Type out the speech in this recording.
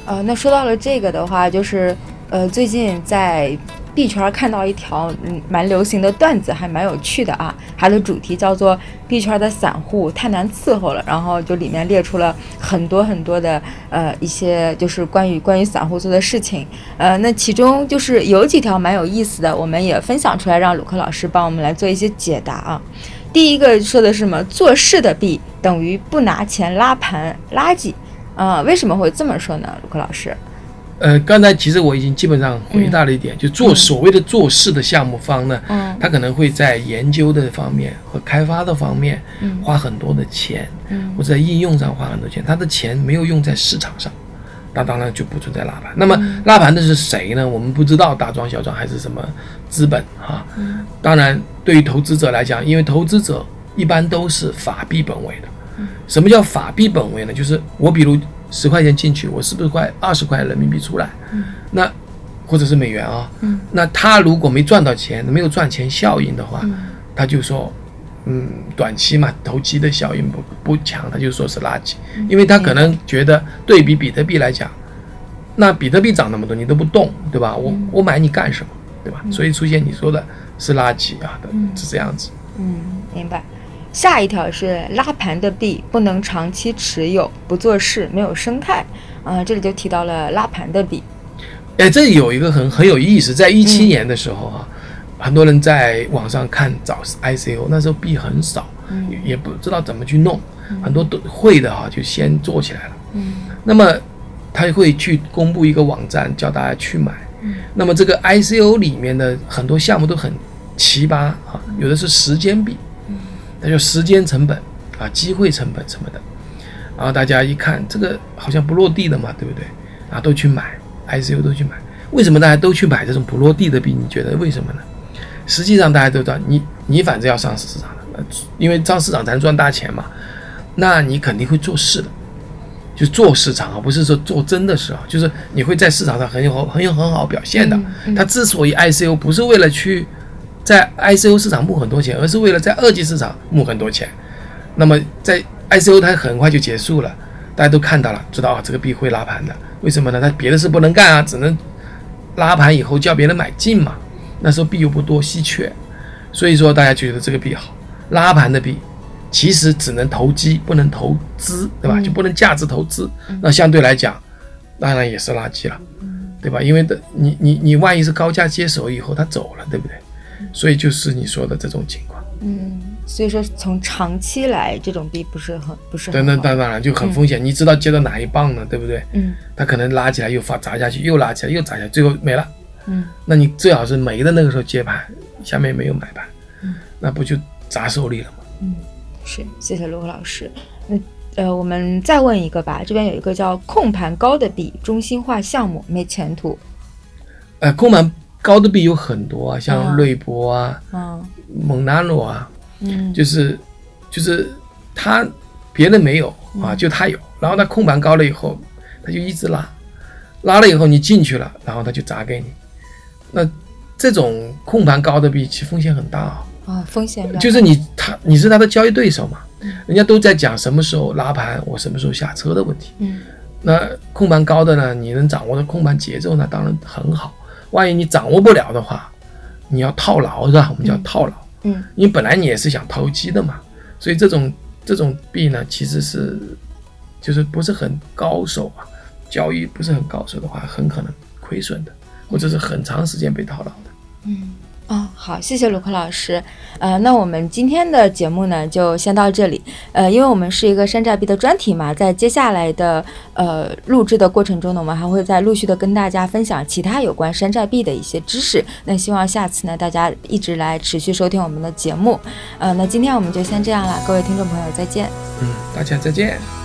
那说到了这个的话，就是最近在币圈看到一条蛮流行的段子，还蛮有趣的啊。它的主题叫做币圈的散户太难伺候了，然后就里面列出了很多很多的一些就是关于散户做的事情。那其中就是有几条蛮有意思的，我们也分享出来，让鲁克老师帮我们来做一些解答啊。第一个说的是什么？做事的币等于不拿钱拉盘垃圾。为什么会这么说呢？鲁克老师？ 刚才其实我已经基本上回答了一点，就所谓的做事的项目方呢，他可能会在研究的方面和开发的方面花很多的钱，或者在应用上花很多钱，他的钱没有用在市场上，那当然就不存在拉盘。那么拉盘的是谁呢？我们不知道，大庄小庄还是什么资本哈。当然，对于投资者来讲，因为投资者一般都是法币本位的。什么叫法币本位呢？就是我比如10块钱进去，我是不是20块人民币出来？那或者是美元啊？那他如果没赚到钱，没有赚钱效应的话，他就说，短期嘛，投机的效应不强，他就说是垃圾，因为他可能觉得对比比特币来讲，那比特币涨那么多，你都不动，对吧？我买你干什么，对吧？所以出现你说的是垃圾啊，是这样子。 明白。下一条是拉盘的币不能长期持有，不做事，没有生态。这里就提到了拉盘的币。 这有一个很有意思，在17年的时候啊，很多人在网上找 ICO， 那时候币很少，也不知道怎么去弄，很多都会的就先做起来了。那么他会去公布一个网站，叫大家去买。那么这个 ICO 里面的很多项目都很奇葩啊，有的是时间币。那就时间成本机会成本什么的，然后大家一看这个好像不落地的嘛，对不对？都去买 ICO 都去买，为什么大家都去买这种不落地的币？你觉得为什么呢？实际上大家都知道，你反正要上市场的，因为上市场才能赚大钱嘛，那你肯定会做事的，就做市场不是说做真的事就是你会在市场上很好表现的。它之所以 ICO 不是为了去在 ICO 市场募很多钱，而是为了在二级市场募很多钱。那么在 ICO 它很快就结束了，大家都看到了，知道这个币会拉盘的。为什么呢？它别的事不能干只能拉盘以后叫别人买进嘛。那时候币又不多稀缺，所以说大家觉得这个币好。拉盘的币其实只能投机，不能投资，对吧？就不能价值投资。那相对来讲，当然也是垃圾了，对吧？因为你万一是高价接手以后，他走了，对不对？所以就是你说的这种情况。 所以说从长期来，这种币不是很好。 当然就很风险。你知道接到哪一棒呢？对不对？它可能拉起来又砸下去，又拉起来又砸下去，最后没了。那你最好是没的那个时候接盘，下面没有买盘，那不就砸手里了吗？ 是，谢谢卢老师。我们再问一个吧，这边有一个叫控盘高的币，中心化项目没前途。 控盘高的币有很多像瑞博蒙纳诺就是他别人没有就他有，然后他控盘高了以后，他就一直拉了以后你进去了，然后他就砸给你。那这种控盘高的币其实风险很大风险就是你是他的交易对手嘛，人家都在讲什么时候拉盘，我什么时候下车的问题。那控盘高的呢，你能掌握的控盘节奏呢，当然很好。万一你掌握不了的话，你要套牢是吧？我们叫套牢。因为本来你也是想投机的嘛，所以这种币呢，其实是就是不是很高手交易不是很高手的话，很可能亏损的，或者是很长时间被套牢的。 好，谢谢卢克老师。那我们今天的节目呢，就先到这里。因为我们是一个山寨币的专题嘛，在接下来的录制的过程中呢，我们还会再陆续的跟大家分享其他有关山寨币的一些知识。那希望下次呢，大家一直来持续收听我们的节目。那今天我们就先这样了，各位听众朋友再见。 大家再见。